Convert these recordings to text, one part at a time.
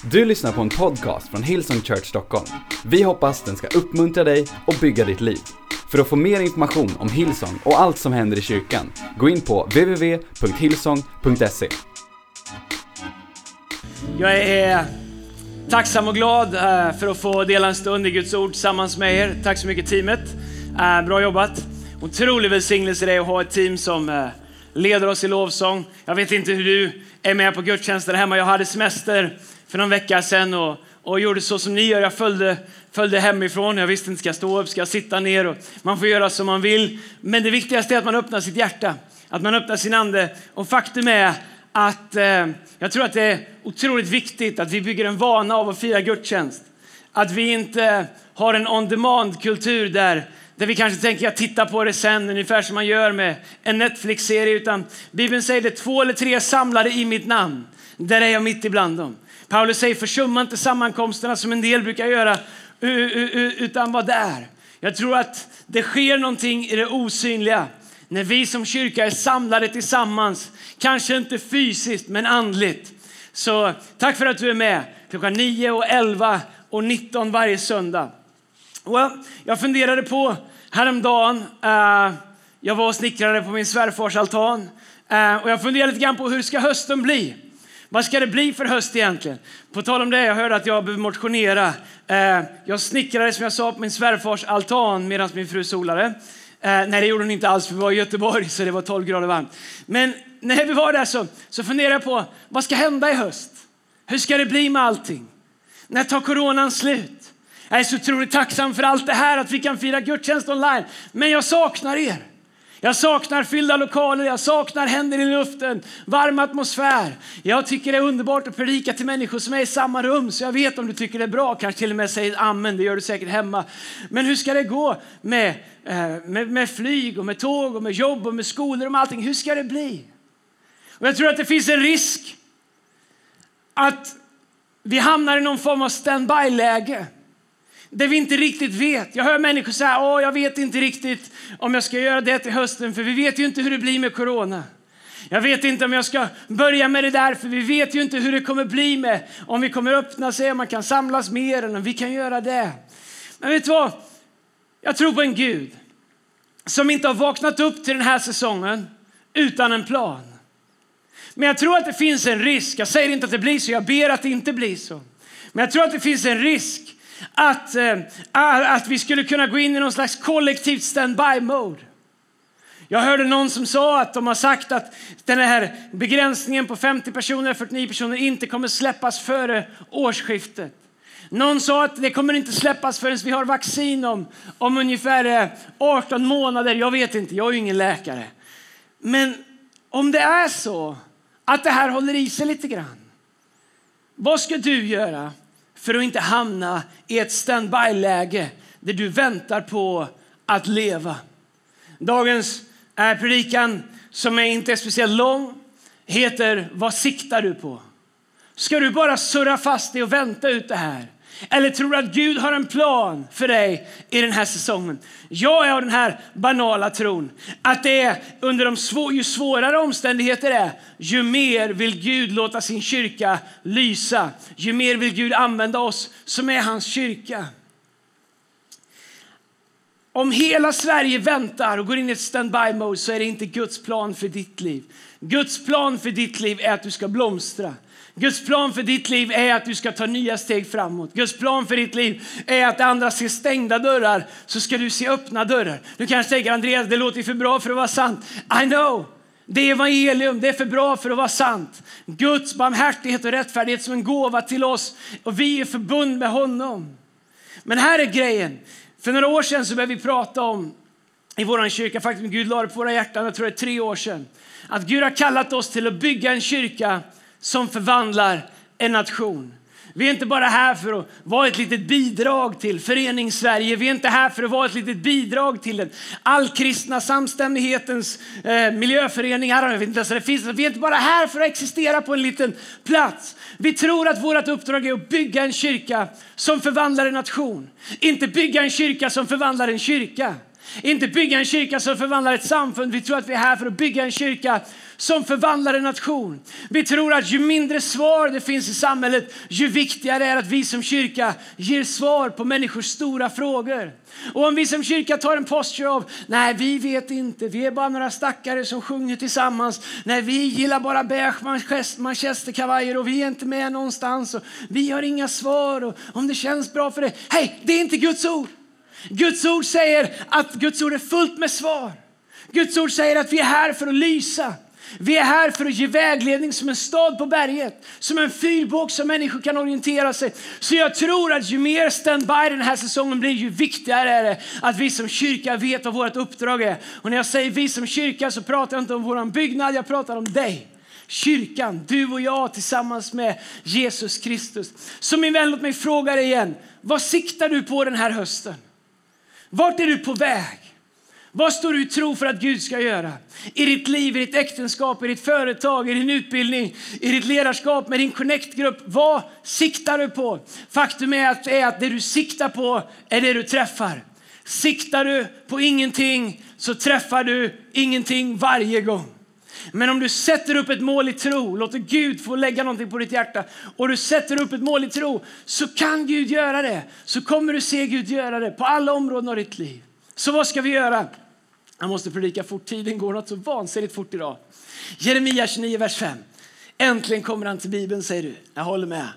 Du lyssnar på en podcast från Hillsong Church Stockholm. Vi hoppas den ska uppmuntra dig och bygga ditt liv. För att få mer information om Hillsong och allt som händer i kyrkan, gå in på www.hillsong.se. Jag är tacksam och glad för att få dela en stund i Guds ord tillsammans med er. Tack så mycket teamet. Bra jobbat. Otrolig välsignelse det att ha ett team som leder oss i lovsång. Jag vet inte hur du är med på gudstjänster hemma. Jag hade semester för någon vecka sedan och gjorde så som ni gör. Jag följde hemifrån. Jag visste inte, ska jag stå upp, ska jag sitta ner? Och man får göra som man vill. Men det viktigaste är att man öppnar sitt hjärta. Att man öppnar sin ande. Och faktum är att jag tror att det är otroligt viktigt att vi bygger en vana av att fira gudstjänst. Att vi inte har en on-demand-kultur där vi kanske tänker jag tittar på det sen, ungefär som man gör med en Netflix-serie. Utan Bibeln säger det, 2 eller 3 samlade i mitt namn. Där är jag mitt ibland dem. Paulus säger, försumma inte sammankomsterna som en del brukar göra, utan var där. Jag tror att det sker någonting i det osynliga. När vi som kyrka är samlade tillsammans. Kanske inte fysiskt, men andligt. Så tack för att du är med. Klockan 9 och 11 och 19 varje söndag. Jag funderade på häromdagen. Jag var och snickrade på min svärfars altan. Och jag funderade lite grann på hur ska hösten bli? Vad ska det bli för höst egentligen? På tal om det, jag hörde att jag behöver motionera. Jag snickrade som jag sa på min svärfars altan medan min fru solade. Nej, det gjorde hon inte alls, för vi var i Göteborg så det var 12 grader varmt. Men när vi var där så funderade jag på vad ska hända i höst? Hur ska det bli med allting? När tar coronan slut? Jag är så otroligt tacksam för allt det här, att vi kan fira gudstjänst online. Men jag saknar er. Jag saknar fyllda lokaler, jag saknar händer i luften, varm atmosfär. Jag tycker det är underbart att predika till människor som är i samma rum. Så jag vet om du tycker det är bra, kanske till och med säger amen, det gör du säkert hemma. Men hur ska det gå med flyg och med tåg och med jobb och med skolor och med allting? Hur ska det bli? Och jag tror att det finns en risk att vi hamnar i någon form av stand-by-läge. Det vi inte riktigt vet. Jag hör människor säga, jag vet inte riktigt om jag ska göra det till hösten. För vi vet ju inte hur det blir med corona. Jag vet inte om jag ska börja med det där. För vi vet ju inte hur det kommer bli med. Om vi kommer öppna sig, om man kan samlas mer. Eller om vi kan göra det. Men vet du vad? Jag tror på en Gud. Som inte har vaknat upp till den här säsongen. Utan en plan. Men jag tror att det finns en risk. Jag säger inte att det blir så. Jag ber att det inte blir så. Men jag tror att det finns en risk. Att vi skulle kunna gå in i någon slags kollektivt stand-by-mode. Jag hörde någon som sa att de har sagt att den här begränsningen på 50 personer, 49 personer inte kommer släppas före årsskiftet. Någon sa att det kommer inte släppas förrän vi har vaccin om ungefär 18 månader. Jag vet inte, jag är ju ingen läkare. Men om det är så att det här håller i sig lite grann. Vad ska du göra för att inte hamna i ett stand-by-läge där du väntar på att leva? Dagens predikan, som är inte speciellt lång, heter Vad siktar du på? Ska du bara surra fast dig och vänta ut det här? Eller tror du att Gud har en plan för dig i den här säsongen? Jag är av den här banala tron att det är under ju svårare omständigheter är, ju mer vill Gud låta sin kyrka lysa. Ju mer vill Gud använda oss som är hans kyrka. Om hela Sverige väntar och går in i ett stand-by-mode så är det inte Guds plan för ditt liv. Guds plan för ditt liv är att du ska blomstra. Guds plan för ditt liv är att du ska ta nya steg framåt. Guds plan för ditt liv är att andra ser stängda dörrar så ska du se öppna dörrar. Du kanske tänker, Andreas, det låter för bra för att vara sant. I know. Det är evangelium, det är för bra för att vara sant. Guds barmhärtighet och rättfärdighet som en gåva till oss. Och vi är förbund med honom. Men här är grejen. För några år sedan så började vi prata om i våran kyrka, faktiskt Gud la det på våra hjärtan, jag tror det är 3 år sedan. Att Gud har kallat oss till att bygga en kyrka som förvandlar en nation. Vi är inte bara här för att vara ett litet bidrag till Föreningssverige. Vi är inte här för att vara ett litet bidrag till den allkristna samstämmighetens miljöföreningar. Jag vet inte, så det finns. Vi är inte bara här för att existera på en liten plats. Vi tror att vårt uppdrag är att bygga en kyrka som förvandlar en nation. Inte bygga en kyrka som förvandlar en kyrka. Inte bygga en kyrka som förvandlar ett samfund. Vi tror att vi är här för att bygga en kyrka som förvandlar en nation. Vi tror att ju mindre svar det finns i samhället, ju viktigare är att vi som kyrka ger svar på människors stora frågor. Och om vi som kyrka tar en posture av, nej vi vet inte, vi är bara några stackare som sjunger tillsammans. Nej, vi gillar bara beige manchesterkavajer och vi är inte med någonstans. Och vi har inga svar och om det känns bra för det. Hej, det är inte Guds ord. Guds ord säger att Guds ord är fullt med svar. Guds ord säger att vi är här för att lysa. Vi är här för att ge vägledning som en stad på berget. Som en fyrbåk som människor kan orientera sig. Så jag tror att ju mer stand-by den här säsongen blir, ju viktigare är det att vi som kyrka vet vad vårt uppdrag är. Och när jag säger vi som kyrka så pratar jag inte om våran byggnad, jag pratar om dig. Kyrkan, du och jag tillsammans med Jesus Kristus. Så min vän, låt mig fråga dig igen. Vad siktar du på den här hösten? Vart är du på väg? Vad står du i tro för att Gud ska göra? I ditt liv, i ditt äktenskap, i ditt företag, i din utbildning, i ditt ledarskap, med din connect-grupp. Vad siktar du på? Faktum är att det du siktar på är det du träffar. Siktar du på ingenting så träffar du ingenting varje gång. Men om du sätter upp ett mål i tro, låter Gud få lägga någonting på ditt hjärta och du sätter upp ett mål i tro, så kan Gud göra det. Så kommer du se Gud göra det på alla områden av ditt liv. Så vad ska vi göra? Jag måste predika fort, tiden går något så vansinnigt fort idag. Jeremia 29, vers 5. Äntligen kommer han till Bibeln, säger du. Jag håller med.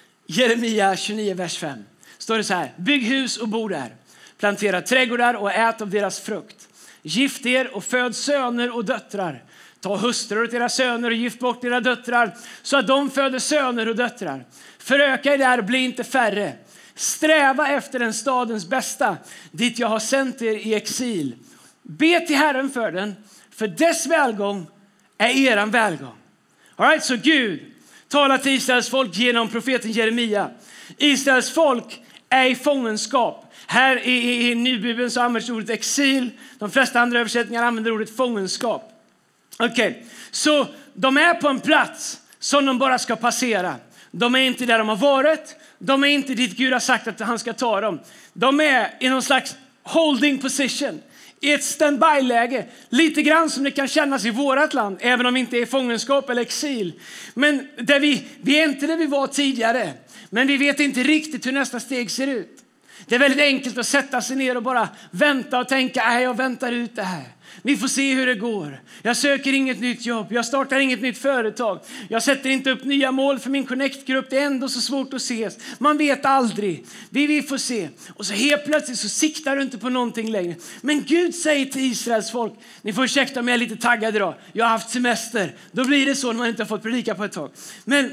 Jeremia 29, vers 5. Står det så här. Bygg hus och bo där. Plantera trädgårdar och ät av deras frukt. Gift er och föd söner och döttrar. Ta hustrur till era söner och gift bort era döttrar så att de föder söner och döttrar. Föröka er där och bli inte färre. Sträva efter den stadens bästa, dit jag har sänt er i exil. Be till Herren för den, för dess välgång är eran välgång. All right, så Gud talar till Israels folk genom profeten Jeremia. Israels folk är i fångenskap. Här i Nybibeln så används ordet exil. De flesta andra översättningar använder ordet fångenskap. Okej, så de är på en plats som de bara ska passera. De är inte där de har varit. De är inte dit Gud har sagt att han ska ta dem. De är i någon slags holding position. I ett stand-by-läge. Lite grann som det kan kännas i vårat land. Även om vi inte är fångenskap eller exil. Men där vi är inte där vi var tidigare. Men vi vet inte riktigt hur nästa steg ser ut. Det är väldigt enkelt att sätta sig ner och bara vänta och tänka. Jag väntar ut det här. Vi får se hur det går. Jag söker inget nytt jobb. Jag startar inget nytt företag. Jag sätter inte upp nya mål för min connect-grupp. Det är ändå så svårt att ses. Man vet aldrig. Vi får se. Och så helt plötsligt så siktar du inte på någonting längre. Men Gud säger till Israels folk. Ni får ursäkta om jag är lite taggad idag. Jag har haft semester. Då blir det så när man inte har fått predika på ett tag. Men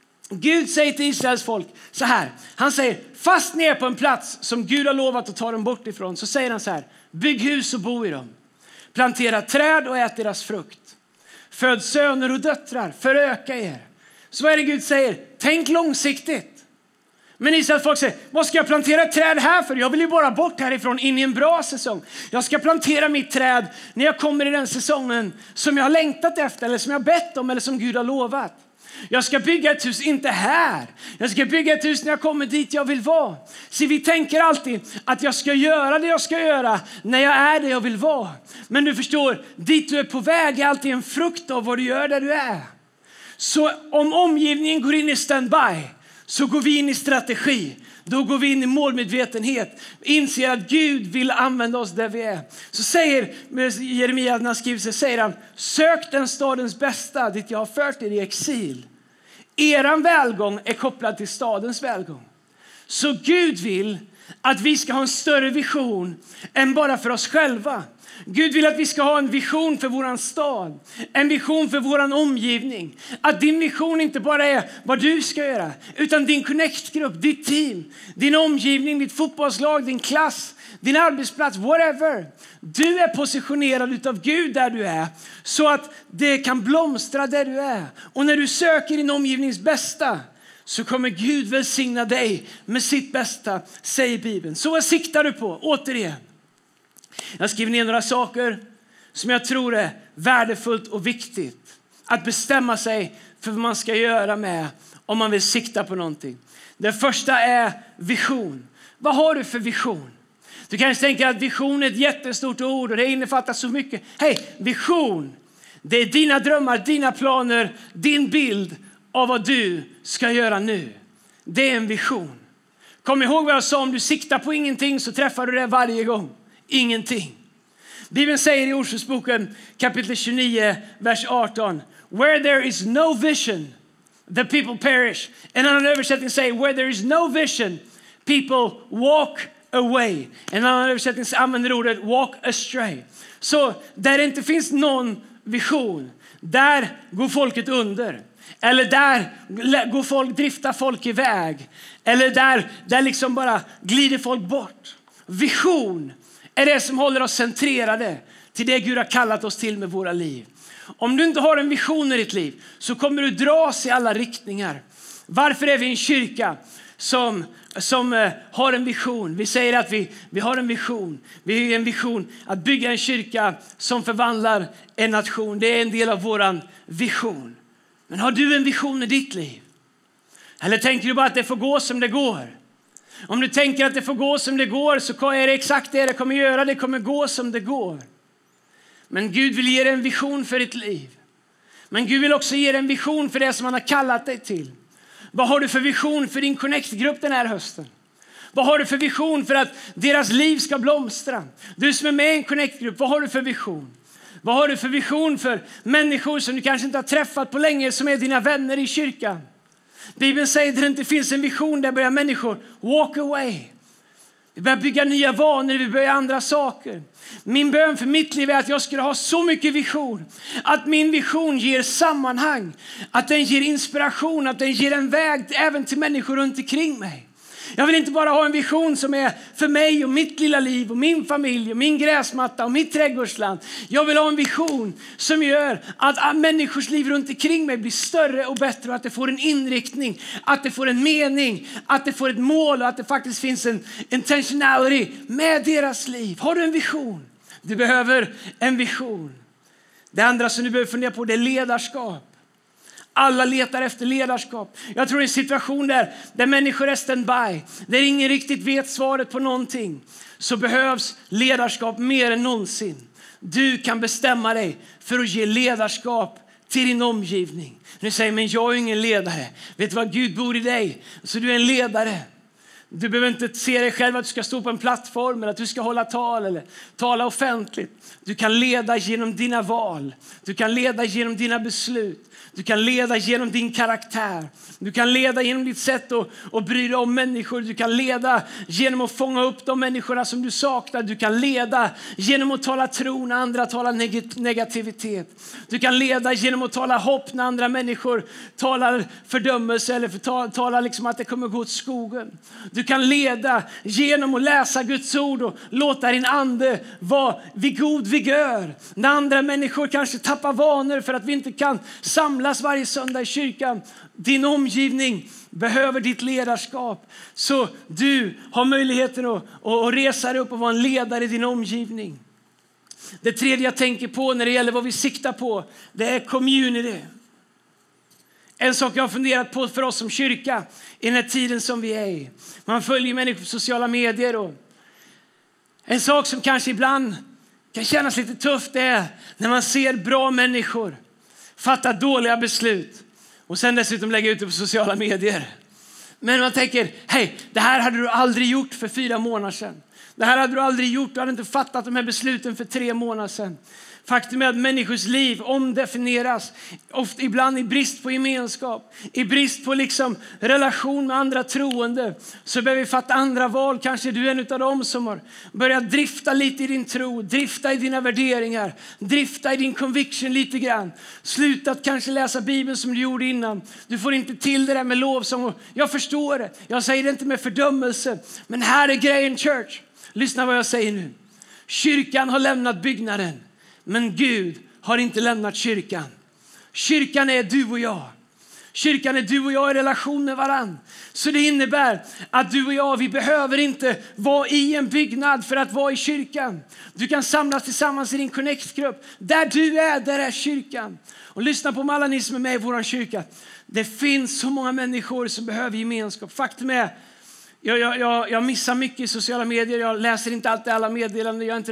Gud säger till Israels folk så här. Han säger, fast ni är på en plats som Gud har lovat att ta dem bort ifrån. Så säger han så här. Bygg hus och bo i dem. Plantera träd och ät deras frukt. Föd söner och döttrar. Föröka er. Så vad är det Gud säger? Tänk långsiktigt. Men Israels folk säger, vad ska jag plantera ett träd här för? Jag vill ju bara bort härifrån in i en bra säsong. Jag ska plantera mitt träd när jag kommer i den säsongen som jag har längtat efter. Eller som jag har bett om eller som Gud har lovat. Jag ska bygga ett hus, inte här. Jag ska bygga ett hus när jag kommer dit jag vill vara. Så vi tänker alltid att jag ska göra det jag ska göra när jag är det jag vill vara. Men du förstår, dit du är på väg är alltid en frukt av vad du gör där du är. Så om omgivningen går in i standby så går vi in i strategi. Då går vi in i målmedvetenhet. Inser att Gud vill använda oss där vi är. Så säger Jeremia när han skriver så säger han. Sök den stadens bästa dit jag har fört er i exil. Eran välgång är kopplad till stadens välgång. Så Gud vill att vi ska ha en större vision än bara för oss själva. Gud vill att vi ska ha en vision för våran stad. En vision för våran omgivning. Att din vision inte bara är vad du ska göra. Utan din connect-grupp, ditt team, din omgivning, ditt fotbollslag, din klass, din arbetsplats, whatever. Du är positionerad utav Gud där du är. Så att det kan blomstra där du är. Och när du söker din omgivnings bästa så kommer Gud välsigna dig med sitt bästa, säger Bibeln. Så vad siktar du på? Återigen. Jag skriver ner några saker som jag tror är värdefullt och viktigt. Att bestämma sig för vad man ska göra med om man vill sikta på någonting. Det första är vision. Vad har du för vision? Du kanske tänker att vision är ett jättestort ord och det innefattar så mycket. Hej, vision. Det är dina drömmar, dina planer, din bild av vad du ska göra nu. Det är en vision. Kom ihåg vad jag sa, om du siktar på ingenting så träffar du det varje gång. Ingenting. Bibeln säger i Ordspråksboken kapitel 29, vers 18. Where there is no vision, the people perish. En annan översättning säger, where there is no vision, people walk away. En annan översättning använder ordet walk astray. Så där det inte finns någon vision, där går folket under. Eller där driftar folk iväg. Eller där liksom bara glider folk bort. Vision är det som håller oss centrerade till det Gud har kallat oss till med våra liv. Om du inte har en vision i ditt liv så kommer du dras i alla riktningar. Varför är vi en kyrka som har en vision? Vi säger att vi har en vision. Vi har en vision att bygga en kyrka som förvandlar en nation. Det är en del av våran vision. Men har du en vision i ditt liv? Eller tänker du bara att det får gå som det går? Om du tänker att det får gå som det går så är det exakt det kommer göra. Det kommer gå som det går. Men Gud vill ge dig en vision för ditt liv. Men Gud vill också ge dig en vision för det som han har kallat dig till. Vad har du för vision för din Connect-grupp den här hösten? Vad har du för vision för att deras liv ska blomstra? Du som är med i en Connect-grupp, vad har du för vision? Vad har du för vision för människor som du kanske inte har träffat på länge som är dina vänner i kyrkan? Bibeln säger att det inte finns en vision, där börjar människor walk away. Vi börjar bygga nya vanor, vi börjar andra saker. Min bön för mitt liv är att jag skulle ha så mycket vision. Att min vision ger sammanhang. Att den ger inspiration, att den ger en väg även till människor runt omkring mig. Jag vill inte bara ha en vision som är för mig och mitt lilla liv och min familj och min gräsmatta och mitt trädgårdsland. Jag vill ha en vision som gör att människors liv runt omkring mig blir större och bättre och att det får en inriktning, att det får en mening, att det får ett mål och att det faktiskt finns en intentionality med deras liv. Har du en vision? Du behöver en vision. Det andra som du behöver fundera på, det är ledarskap. Alla letar efter ledarskap. Jag tror det är en situation där människor är standby. Där ingen riktigt vet svaret på någonting. Så behövs ledarskap mer än någonsin. Du kan bestämma dig för att ge ledarskap till din omgivning. Nu säger men jag är ingen ledare. Vet du vad, Gud bor i dig. Så du är en ledare. Du behöver inte se dig själv att du ska stå på en plattform eller att du ska hålla tal eller tala offentligt. Du kan leda genom dina val. Du kan leda genom dina beslut. Du kan leda genom din karaktär. Du kan leda genom ditt sätt att bry dig om människor. Du kan leda genom att fånga upp de människorna som du saknar. Du kan leda genom att tala tro när andra talar negativitet. Du kan leda genom att tala hopp när andra människor talar fördömelse eller talar liksom att det kommer gå åt skogen. Du kan leda genom att läsa Guds ord och låta din ande vara vid god vigör. När andra människor kanske tappar vanor för att vi inte kan samlas varje söndag i kyrkan. Din omgivning behöver ditt ledarskap. Så du har möjligheten att resa dig upp och vara en ledare i din omgivning. Det tredje jag tänker på när det gäller vad vi siktar på, det är community. En sak jag har funderat på för oss som kyrka i den här tiden som vi är i. Man följer människor på sociala medier. Och en sak som kanske ibland kan kännas lite tufft är när man ser bra människor fatta dåliga beslut och sen dessutom lägga ut det på sociala medier. Men man tänker, hej, det här hade du aldrig gjort för 4 månader sedan. Det här hade du aldrig gjort. Du hade inte fattat de här besluten för 3 månader sedan. Faktum är att människors liv omdefinieras ofta ibland i brist på gemenskap, i brist på liksom relation med andra troende. Så behöver vi fatta andra val. Kanske du är en av dem som har börjat drifta lite i din tro, drifta i dina värderingar, drifta i din conviction lite grann. Slutat kanske läsa Bibeln som du gjorde innan. Du får inte till det där med lovsång. Jag förstår det. Jag säger det inte med fördömelse. Men här är grejen, church. Lyssna vad jag säger nu. Kyrkan har lämnat byggnaden. Men Gud har inte lämnat kyrkan. Kyrkan är du och jag. Kyrkan är du och jag i relation med varann. Så det innebär att du och jag, vi behöver inte vara i en byggnad för att vara i kyrkan. Du kan samlas tillsammans i din Connect-grupp. Där du är, där är kyrkan. Och lyssna på alla ni som är med i vår kyrka. Det finns så många människor som behöver gemenskap. Faktum är, Jag missar mycket i sociala medier. Jag läser inte alltid alla meddelanden. Jag är inte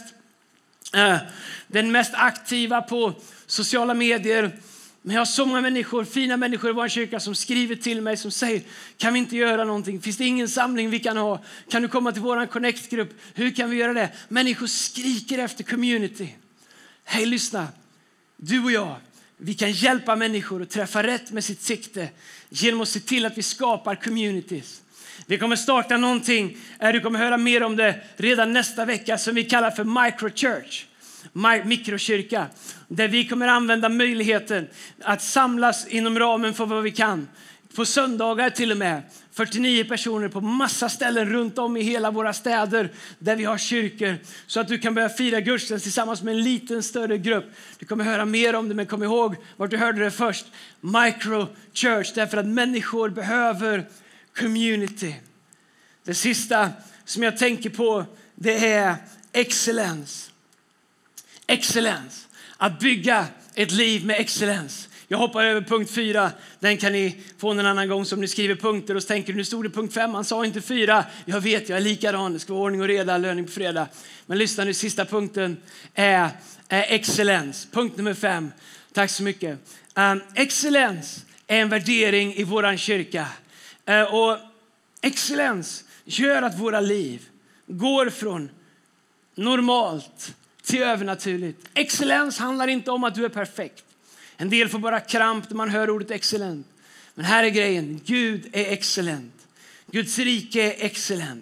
den mest aktiva på sociala medier. Men jag har så många människor, fina människor i vår kyrka som skriver till mig som säger, kan vi inte göra någonting? Finns det ingen samling vi kan ha? Kan du komma till vår connect-grupp? Hur kan vi göra det? Människor skriker efter community. Hej, lyssna. Du och jag, vi kan hjälpa människor att träffa rätt med sitt sikte genom att se till att vi skapar communities. Vi kommer starta någonting, du kommer höra mer om det redan nästa vecka, som vi kallar för microchurch. Mikrokyrka, där vi kommer använda möjligheten att samlas inom ramen för vad vi kan. På söndagar till och med 49 personer på massa ställen runt om i hela våra städer där vi har kyrkor, så att du kan börja fira gudstjänst tillsammans med en liten större grupp. Du kommer höra mer om det, men kom ihåg vart du hörde det först. Microchurch, därför att människor behöver community. Det sista som jag tänker på, det är excellens. Excellens. Att bygga ett liv med excellens. Jag hoppar över punkt 4. Den kan ni få en annan gång som ni skriver punkter. Och så tänker du, nu stod det punkt 5. Han sa inte 4. Jag vet, jag är likadan. Det ska vara ordning och reda, löning på fredag. Men lyssna nu, sista punkten är excellens. Punkt nummer 5. Tack så mycket. Excellens är en värdering i våran kyrka. Och excellens gör att våra liv går från normalt till övernaturligt. Excellens handlar inte om att du är perfekt. En del får bara kramp när man hör ordet excellent. Men här är grejen. Gud är excellent. Guds rike är excellent.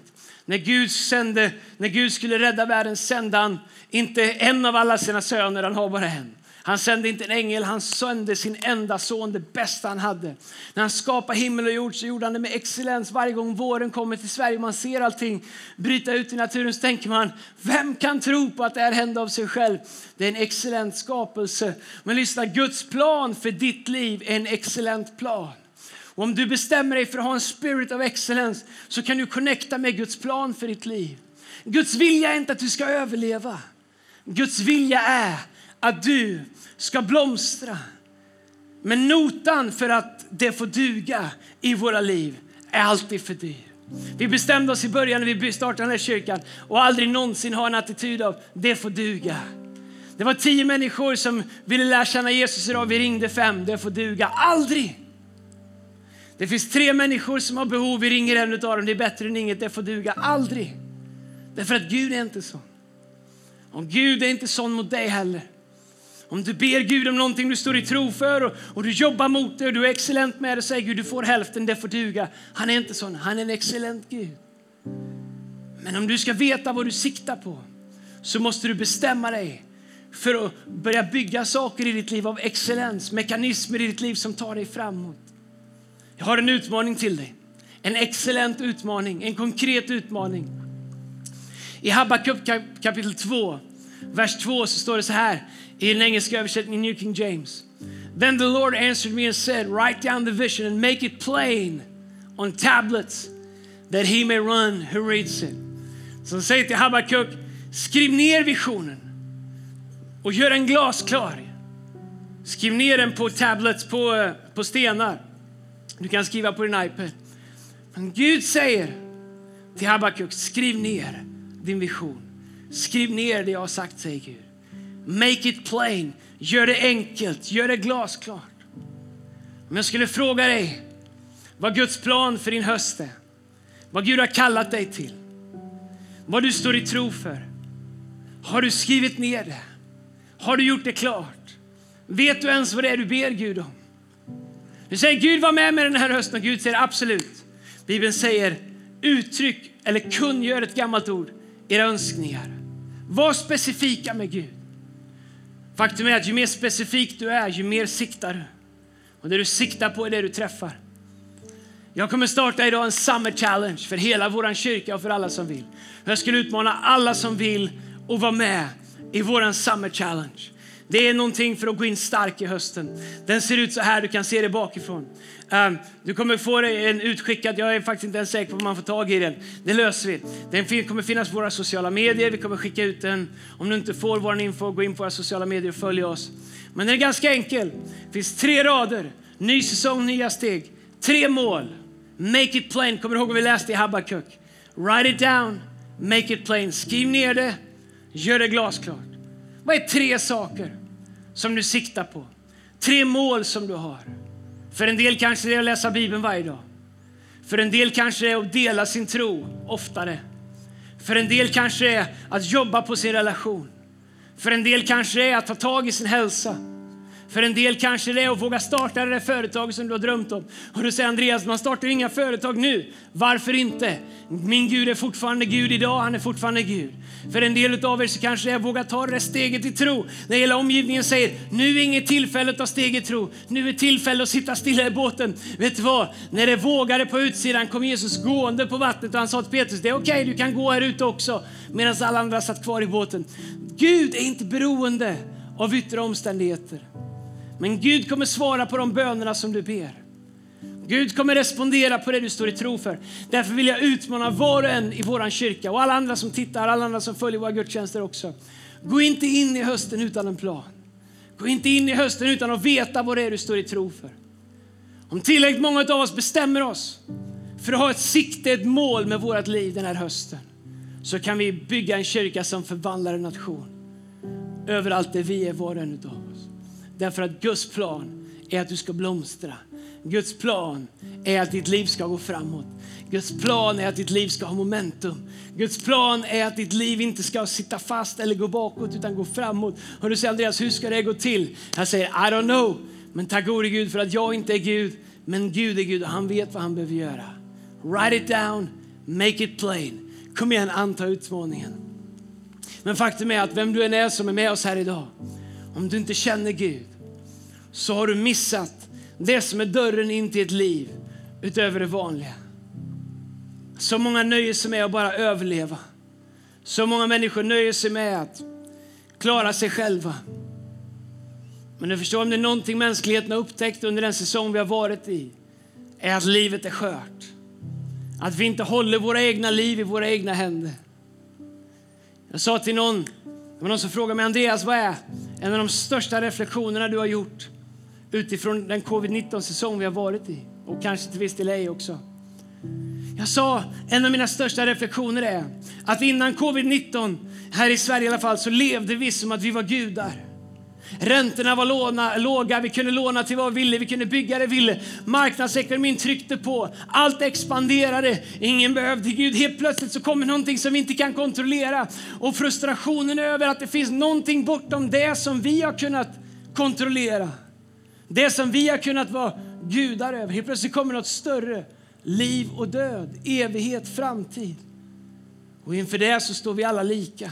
När Gud skulle rädda världen sände han inte en av alla sina söner. Han har bara en. Han sände inte en ängel, han sände sin enda son, det bästa han hade. När han skapade himmel och jord så gjorde han det med excellens. Varje gång våren kommer till Sverige, man ser allting bryta ut i naturen, så tänker man, vem kan tro på att det här hände av sig själv? Det är en excellent skapelse. Men lyssna, Guds plan för ditt liv är en excellent plan. Och om du bestämmer dig för att ha en spirit of excellence, så kan du connecta med Guds plan för ditt liv. Guds vilja är inte att du ska överleva. Guds vilja är att du ska blomstra. Men notan för att det får duga i våra liv är alltid för dyr. Vi bestämde oss i början när vi startade den här kyrkan och aldrig någonsin ha en attityd av det får duga. Det var 10 människor som ville lära känna Jesus idag. Vi ringde 5. Det får duga. Aldrig. Det finns 3 människor som har behov. Vi ringer en av dem. Det är bättre än inget. Det får duga. Aldrig. Därför att Gud är inte så. Och Gud är inte sån mot dig heller. Om du ber Gud om någonting du står i tro för och du jobbar mot det och du är excellent med det, och säger Gud, du får hälften, det får duga. Han är inte sån. Han är en excellent Gud. Men om du ska veta vad du siktar på, så måste du bestämma dig för att börja bygga saker i ditt liv av excellens. Mekanismer i ditt liv som tar dig framåt. Jag har en utmaning till dig. En excellent utmaning. En konkret utmaning. I Habakuk kapitel 2, vers 2 så står det så här i den engelska översättningen New King James. Then the Lord answered me and said, write down the vision and make it plain on tablets that he may run who reads it. Så han säger till Habakuk, skriv ner visionen och gör en glasklar. Skriv ner den på tablets, på stenar. Du kan skriva på din iPad. Men Gud säger till Habakuk, skriv ner din vision. Skriv ner det jag har sagt, säger Gud. Make it plain. Gör det enkelt. Gör det glasklart. Om jag skulle fråga dig vad Guds plan för din höst är. Vad Gud har kallat dig till. Vad du står i tro för. Har du skrivit ner det? Har du gjort det klart? Vet du ens vad det är du ber Gud om? Du säger Gud var med den här hösten, och Gud säger absolut. Bibeln säger uttryck eller kungör, ett gammalt ord, era önskningar. Var specifika med Gud. Faktum är att ju mer specifik du är, ju mer siktar du. Och det du siktar på är det du träffar. Jag kommer starta idag en summer challenge för hela våran kyrka och för alla som vill. Jag skulle utmana alla som vill att vara med i våran summer challenge. Det är någonting för att gå in stark i hösten. Den ser ut så här, du kan se det bakifrån. Du kommer få en utskickad, jag är faktiskt inte ens säker på om man får tag i den. Det löser vi. Den kommer finnas på våra sociala medier, vi kommer skicka ut den. Om du inte får vår info, gå in på våra sociala medier och följ oss. Men den är ganska enkel. Det finns 3 rader, ny säsong, nya steg. 3 mål. make it plain. Kommer du ihåg vad vi läste i Habakuk? Write it down, make it plain. Skriv ner det, gör det glasklart. Vad är 3 saker som du siktar på? 3 mål som du har. För en del kanske det är att läsa Bibeln varje dag. För en del kanske det är att dela sin tro oftare. För en del kanske det är att jobba på sin relation. För en del kanske det är att ta tag i sin hälsa. För en del kanske det är att våga starta det företag som du har drömt om. Och du säger Andreas, man startar inga företag nu. Varför inte? Min Gud är fortfarande Gud idag, han är fortfarande Gud. För en del av er så kanske det är att våga ta det steget i tro. När hela omgivningen säger, nu är inget tillfälle att ta steg i tro. Nu är tillfälle att sitta stilla i båten. Vet du vad? När det vågade på utsidan kom Jesus gående på vattnet och han sa till Petrus, det är okej, du kan gå här ute också. Medan alla andra satt kvar i båten. Gud är inte beroende av yttre omständigheter. Men Gud kommer svara på de bönerna som du ber. Gud kommer respondera på det du står i tro för. Därför vill jag utmana var och en i våran kyrka och alla andra som tittar, alla andra som följer våra gudstjänster också. Gå inte in i hösten utan en plan. Gå inte in i hösten utan att veta vad det är du står i tro för. Om tillräckligt många av oss bestämmer oss för att ha ett sikte, ett mål med vårt liv den här hösten, så kan vi bygga en kyrka som förvandlar en nation. Överallt där vi är, var och en av oss. Därför att Guds plan är att du ska blomstra. Guds plan är att ditt liv ska gå framåt. Guds plan är att ditt liv ska ha momentum. Guds plan är att ditt liv inte ska sitta fast eller gå bakåt utan gå framåt. Och du säger Andreas, hur ska det gå till? Jag säger, I don't know. Men tack gode Gud för att jag inte är Gud. Men Gud är Gud och han vet vad han behöver göra. Write it down, make it plain. Kom igen, anta utmaningen. Men faktum är att vem du än är som är med oss här idag, om du inte känner Gud så har du missat det som är dörren in till ett liv utöver det vanliga. Så många nöjer sig med att bara överleva. Så många människor nöjer sig med att klara sig själva. Men du förstår, om det är någonting mänskligheten har upptäckt under den säsong vi har varit i, är att livet är skört. Att vi inte håller våra egna liv i våra egna händer. Jag sa till någon, det var någon som frågade mig, Andreas, vad är en av de största reflektionerna du har gjort utifrån den covid-19-säsong vi har varit i? Och kanske till viss del ej också. Jag sa, en av mina största reflektioner är att innan covid-19, här i Sverige i alla fall, så levde vi som att vi var gudar. Räntorna var låga, vi kunde låna till vad vi ville, vi kunde bygga det vi ville. Marknadsekonomin tryckte på, allt expanderade, ingen behövde Gud. Helt plötsligt så kommer någonting som vi inte kan kontrollera. Och frustrationen över att det finns någonting bortom det som vi har kunnat kontrollera. Det som vi har kunnat vara gudar över. Helt plötsligt kommer något större, liv och död, evighet, framtid. Och inför det så står vi alla lika.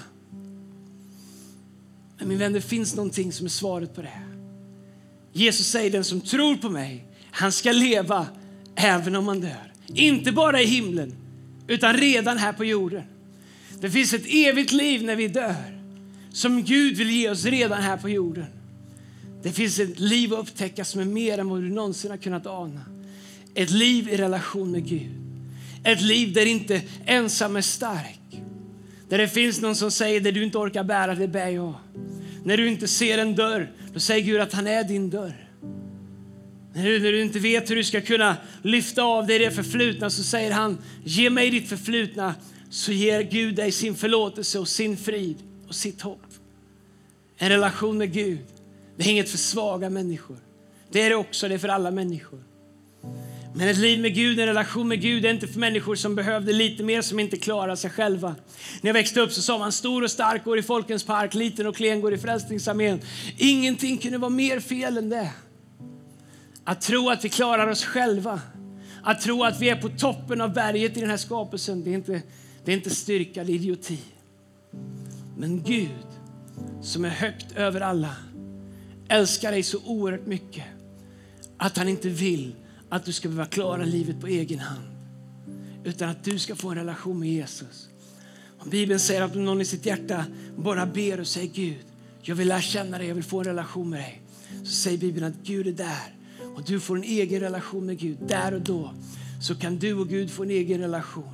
Men min vän, det finns någonting som är svaret på det. Jesus säger, den som tror på mig, han ska leva även om man dör. Inte bara i himlen, utan redan här på jorden. Det finns ett evigt liv när vi dör, som Gud vill ge oss redan här på jorden. Det finns ett liv att upptäcka som är mer än vad du någonsin har kunnat ana. Ett liv i relation med Gud. Ett liv där inte ensam är stark. Där det finns någon som säger, det du inte orkar bära, det bär jag. När du inte ser en dörr, då säger Gud att han är din dörr. När du inte vet hur du ska kunna lyfta av dig det förflutna, så säger han, ge mig ditt förflutna, så ger Gud dig sin förlåtelse och sin frid och sitt hopp. En relation med Gud, det är inget för svaga människor. Det är det också, det är för alla människor. Men ett liv med Gud, en relation med Gud, är inte för människor som behövde lite mer, som inte klarar sig själva. När jag växte upp så sa man, stor och stark går i Folkens park, liten och klen går i Frälsningsarmén. Ingenting kunde vara mer fel än det. Att tro att vi klarar oss själva, att tro att vi är på toppen av berget i den här skapelsen, det är inte styrka, det är idioti. Men Gud, som är högt över alla, älskar dig så oerhört mycket att han inte vill att du ska behöva klara livet på egen hand, utan att du ska få en relation med Jesus. Och Bibeln säger att om någon i sitt hjärta bara ber och säger, Gud, jag vill lära känna dig, jag vill få en relation med dig. Så säger Bibeln att Gud är där och du får en egen relation med Gud. Där och då så kan du och Gud få en egen relation.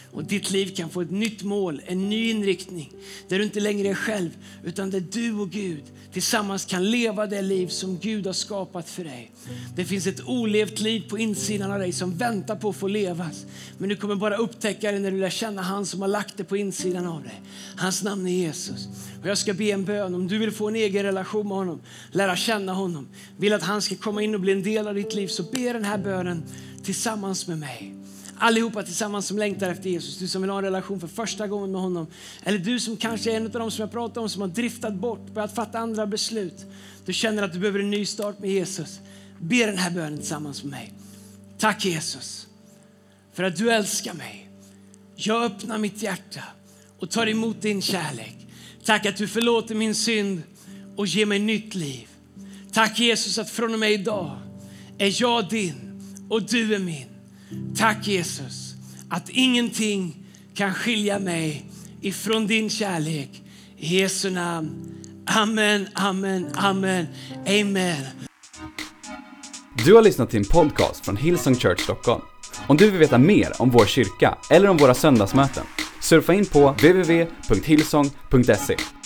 Och ditt liv kan få ett nytt mål, en ny inriktning. Där du inte längre är själv, utan där du och Gud tillsammans kan leva det liv som Gud har skapat för dig. Det finns ett olevt liv på insidan av dig som väntar på att få levas. Men du kommer bara upptäcka det när du lär känna han som har lagt det på insidan av dig. Hans namn är Jesus. Och jag ska be en bön. Om du vill få en egen relation med honom, lära känna honom, vill att han ska komma in och bli en del av ditt liv, så be den här bönen tillsammans med mig. Allihopa tillsammans som längtar efter Jesus. Du som vill ha en relation för första gången med honom. Eller du som kanske är en av dem som jag pratar om, som har driftat bort, börjat fatta andra beslut. Du känner att du behöver en ny start med Jesus. Be den här bönen tillsammans med mig. Tack Jesus för att du älskar mig. Jag öppnar mitt hjärta och tar emot din kärlek. Tack att du förlåter min synd och ger mig nytt liv. Tack Jesus att från och med idag är jag din och du är min. Tack Jesus att ingenting kan skilja mig ifrån din kärlek. I Jesu namn. Amen, amen, amen, amen. Du har lyssnat till en podcast från Hillsong Church Stockholm. Om du vill veta mer om vår kyrka eller om våra söndagsmöten, surfa in på www.hillsong.se.